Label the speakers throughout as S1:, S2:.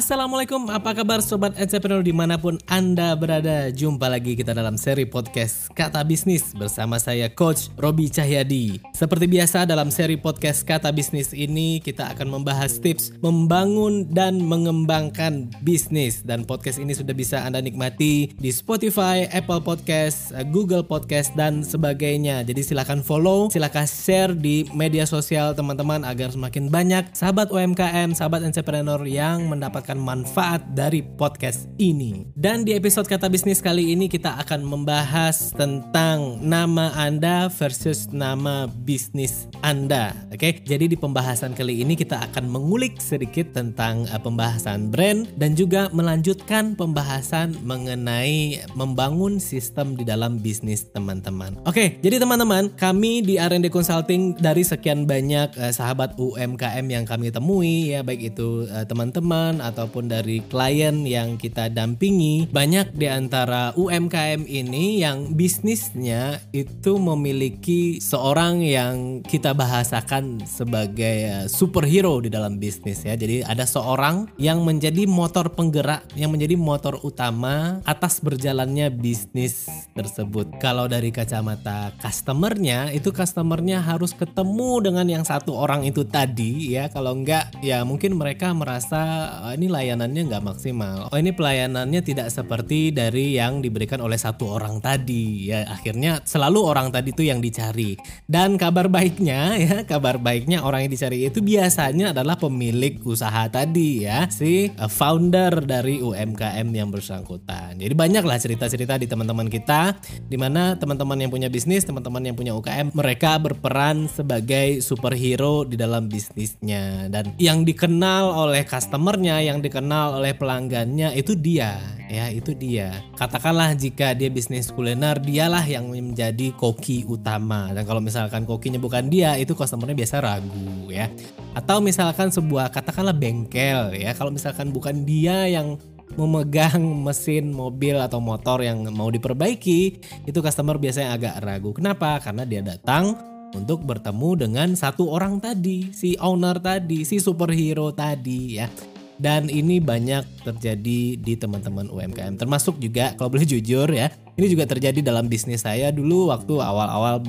S1: Assalamualaikum, apa kabar Sobat Entrepreneur dimanapun Anda berada. Jumpa lagi kita dalam seri podcast Kata Bisnis bersama saya Coach Roby Cahyadi. Seperti biasa dalam seri podcast Kata Bisnis ini kita akan membahas tips membangun dan mengembangkan bisnis. Dan podcast ini sudah bisa Anda nikmati di Spotify, Apple Podcast, Google Podcast dan sebagainya. Jadi silakan follow, silakan share di media sosial teman-teman agar semakin banyak sahabat UMKM, sahabat entrepreneur yang mendapatkan manfaat dari podcast ini. Dan di episode Kata Bisnis kali ini kita akan membahas tentang nama Anda versus nama bisnis Anda. Oke, jadi di pembahasan kali ini kita akan mengulik sedikit tentang pembahasan brand dan juga melanjutkan pembahasan mengenai membangun sistem di dalam bisnis teman-teman. Oke, jadi teman-teman, kami di R&D Consulting dari sekian banyak sahabat UMKM yang kami temui ya, baik itu teman-teman ataupun dari klien yang kita dampingi, banyak di antara UMKM ini yang bisnisnya itu memiliki seorang yang kita bahasakan sebagai superhero di dalam bisnis ya. Jadi ada seorang yang menjadi motor penggerak, yang menjadi motor utama atas berjalannya bisnis tersebut. Kalau dari kacamata customernya, itu customernya harus ketemu dengan yang satu orang itu tadi ya. Kalau enggak ya mungkin mereka merasa ini layanannya nggak maksimal. Oh, ini pelayanannya tidak seperti dari yang diberikan oleh satu orang tadi. Ya, akhirnya selalu orang tadi itu yang dicari. Dan kabar baiknya orang yang dicari itu biasanya adalah pemilik usaha tadi ya, si founder dari UMKM yang bersangkutan. Jadi banyaklah cerita-cerita di teman-teman kita, di mana teman-teman yang punya bisnis, teman-teman yang punya UKM, mereka berperan sebagai superhero di dalam bisnisnya. Dan yang dikenal oleh customernya, yang dikenal oleh pelanggannya itu dia ya, itu dia. Katakanlah jika dia bisnis kuliner, dialah yang menjadi koki utama. Dan kalau misalkan kokinya bukan dia, itu customernya biasa ragu ya. Atau misalkan sebuah katakanlah bengkel ya, kalau misalkan bukan dia yang memegang mesin mobil atau motor yang mau diperbaiki, itu customer biasanya agak ragu. Kenapa? Karena dia datang untuk bertemu dengan satu orang tadi, si owner tadi, si superhero tadi ya. Dan ini banyak terjadi di teman-teman UMKM. Termasuk juga kalau boleh jujur ya, ini juga terjadi dalam bisnis saya dulu waktu awal-awal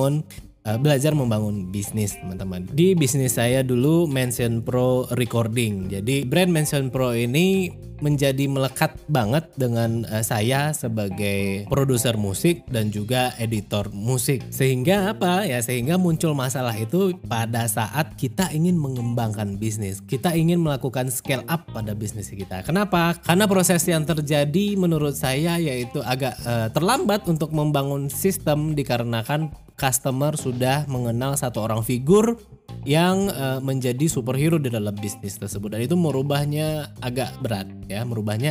S1: belajar membangun bisnis teman-teman. Di bisnis saya dulu Mansion Pro Recording. Jadi brand Mansion Pro ini menjadi melekat banget dengan saya sebagai produser musik dan juga editor musik. Sehingga apa ya? Sehingga muncul masalah itu pada saat kita ingin mengembangkan bisnis. Kita ingin melakukan scale up pada bisnis kita. Kenapa? Karena proses yang terjadi menurut saya yaitu agak terlambat untuk membangun sistem dikarenakan customer sudah mengenal satu orang figur yang menjadi superhero di dalam bisnis tersebut, dan itu merubahnya agak berat ya,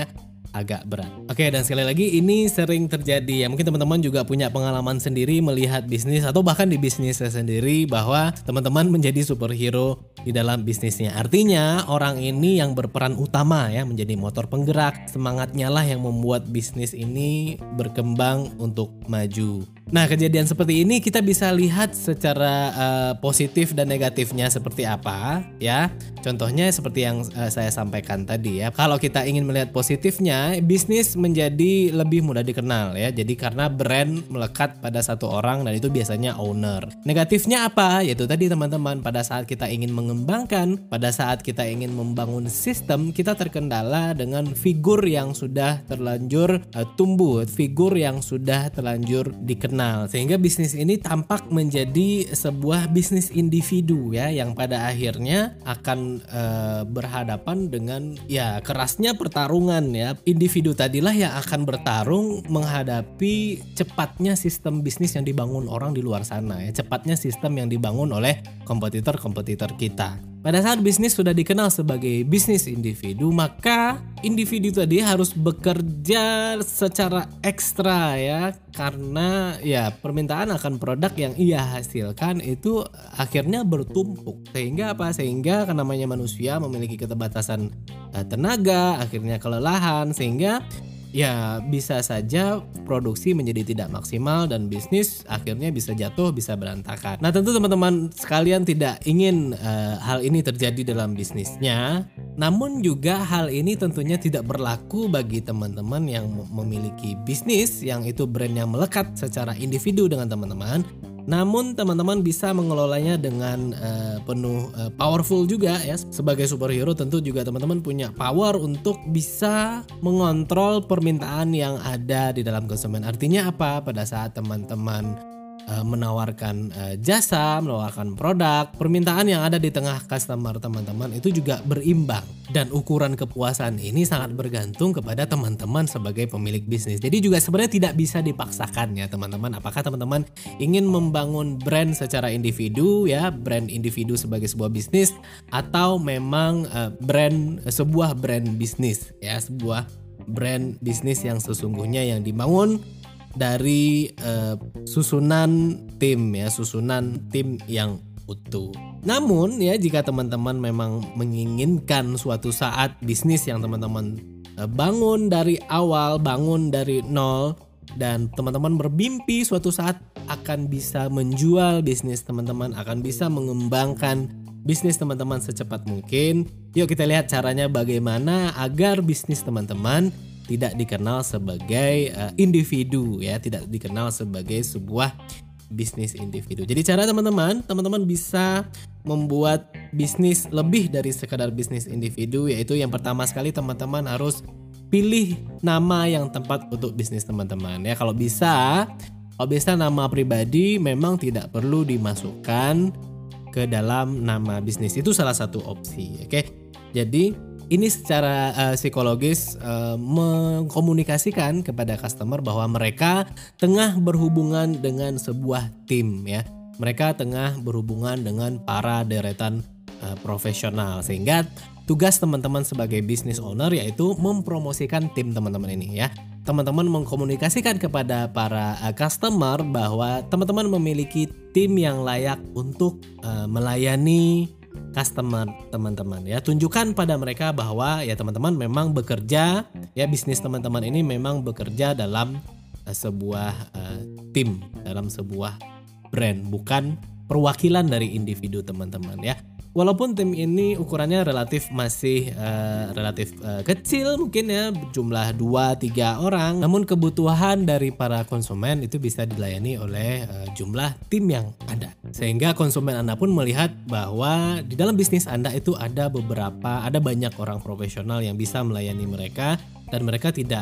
S1: Oke, dan sekali lagi ini sering terjadi ya. Mungkin teman-teman juga punya pengalaman sendiri melihat bisnis atau bahkan di bisnis sendiri bahwa teman-teman menjadi superhero di dalam bisnisnya. Artinya orang ini yang berperan utama ya, menjadi motor penggerak, semangatnya lah yang membuat bisnis ini berkembang untuk maju. Nah, kejadian seperti ini kita bisa lihat secara positif dan negatifnya seperti apa ya. Contohnya seperti yang saya sampaikan tadi ya. Kalau kita ingin melihat positifnya, bisnis menjadi lebih mudah dikenal ya. Jadi karena brand melekat pada satu orang dan itu biasanya owner. Negatifnya apa? Yaitu tadi teman-teman, pada saat kita ingin mengembangkan, pada saat kita ingin membangun sistem, kita terkendala dengan figur yang sudah terlanjur tumbuh, figur yang sudah terlanjur dikenal. Sehingga bisnis ini tampak menjadi sebuah bisnis individu ya, yang pada akhirnya akan berhadapan dengan ya kerasnya pertarungan ya. Individu tadilah yang akan bertarung menghadapi cepatnya sistem bisnis yang dibangun orang di luar sana ya, cepatnya sistem yang dibangun oleh kompetitor-kompetitor kita. Pada saat bisnis sudah dikenal sebagai bisnis individu, maka individu tadi harus bekerja secara ekstra ya, karena ya permintaan akan produk yang ia hasilkan itu akhirnya bertumpuk. Sehingga apa? Sehingga kan namanya manusia memiliki keterbatasan tenaga, akhirnya kelelahan, sehingga ya bisa saja produksi menjadi tidak maksimal dan bisnis akhirnya bisa jatuh, bisa berantakan. Nah tentu teman-teman sekalian tidak ingin hal ini terjadi dalam bisnisnya. Namun juga hal ini tentunya tidak berlaku bagi teman-teman yang memiliki bisnis yang itu brandnya melekat secara individu dengan teman-teman. Namun teman-teman bisa mengelolanya dengan penuh powerful juga ya. Sebagai superhero tentu juga teman-teman punya power untuk bisa mengontrol permintaan yang ada di dalam konsumen. Artinya apa? Pada saat teman-teman menawarkan jasa, menawarkan produk, permintaan yang ada di tengah customer teman-teman itu juga berimbang. Dan ukuran kepuasan ini sangat bergantung kepada teman-teman sebagai pemilik bisnis. Jadi juga sebenarnya tidak bisa dipaksakan ya teman-teman. Apakah teman-teman ingin membangun brand secara individu ya, brand individu sebagai sebuah bisnis, atau memang sebuah brand bisnis ya, sebuah brand bisnis yang sesungguhnya yang dibangun dari susunan tim yang utuh. Namun ya jika teman-teman memang menginginkan suatu saat bisnis yang teman-teman bangun dari awal, bangun dari nol, dan teman-teman bermimpi suatu saat akan bisa menjual bisnis teman-teman, akan bisa mengembangkan bisnis teman-teman secepat mungkin. Yuk kita lihat caranya bagaimana agar bisnis teman-teman tidak dikenal sebagai individu ya, tidak dikenal sebagai sebuah bisnis individu. Jadi cara teman-teman bisa membuat bisnis lebih dari sekadar bisnis individu, yaitu yang pertama sekali teman-teman harus pilih nama yang tepat untuk bisnis teman-teman ya. Kalau bisa nama pribadi memang tidak perlu dimasukkan ke dalam nama bisnis. Itu salah satu opsi, oke? Jadi ini secara psikologis mengkomunikasikan kepada customer bahwa mereka tengah berhubungan dengan sebuah tim ya. Mereka tengah berhubungan dengan para deretan profesional, sehingga tugas teman-teman sebagai business owner yaitu mempromosikan tim teman-teman ini ya. Teman-teman mengkomunikasikan kepada para customer bahwa teman-teman memiliki tim yang layak untuk melayani customer teman-teman ya. Tunjukkan pada mereka bahwa ya teman-teman memang bekerja ya, bisnis teman-teman ini memang bekerja dalam sebuah tim, dalam sebuah brand, bukan perwakilan dari individu teman-teman ya. Walaupun tim ini ukurannya masih relatif kecil mungkin ya, jumlah 2-3 orang, namun kebutuhan dari para konsumen itu bisa dilayani oleh jumlah tim yang ada. Sehingga konsumen Anda pun melihat bahwa di dalam bisnis Anda itu ada banyak orang profesional yang bisa melayani mereka, dan mereka tidak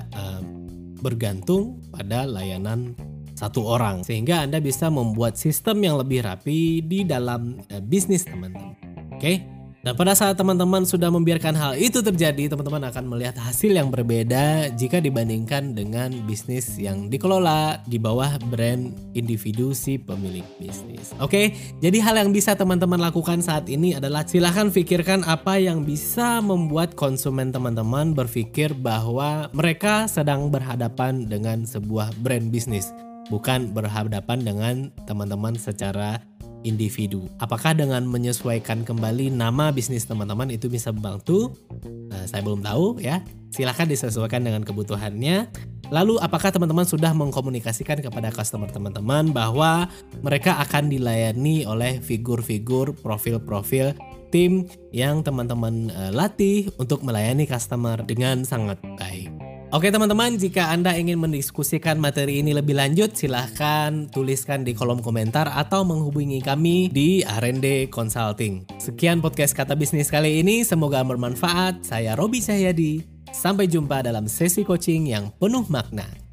S1: bergantung pada layanan satu orang. Sehingga Anda bisa membuat sistem yang lebih rapi di dalam bisnis teman-teman. Oke, dan pada saat teman-teman sudah membiarkan hal itu terjadi, teman-teman akan melihat hasil yang berbeda jika dibandingkan dengan bisnis yang dikelola di bawah brand individu si pemilik bisnis. Oke, jadi hal yang bisa teman-teman lakukan saat ini adalah silahkan pikirkan apa yang bisa membuat konsumen teman-teman berpikir bahwa mereka sedang berhadapan dengan sebuah brand bisnis, bukan berhadapan dengan teman-teman secara individu. Apakah dengan menyesuaikan kembali nama bisnis teman-teman itu bisa membantu? Saya belum tahu ya. Silahkan disesuaikan dengan kebutuhannya. Lalu apakah teman-teman sudah mengkomunikasikan kepada customer teman-teman bahwa mereka akan dilayani oleh figur-figur, profil-profil tim yang teman-teman latih untuk melayani customer dengan sangat baik? Oke teman-teman, jika Anda ingin mendiskusikan materi ini lebih lanjut, silahkan tuliskan di kolom komentar atau menghubungi kami di R&D Consulting. Sekian podcast Kata Bisnis kali ini, semoga bermanfaat. Saya Robi Cahyadi. Sampai jumpa dalam sesi coaching yang penuh makna.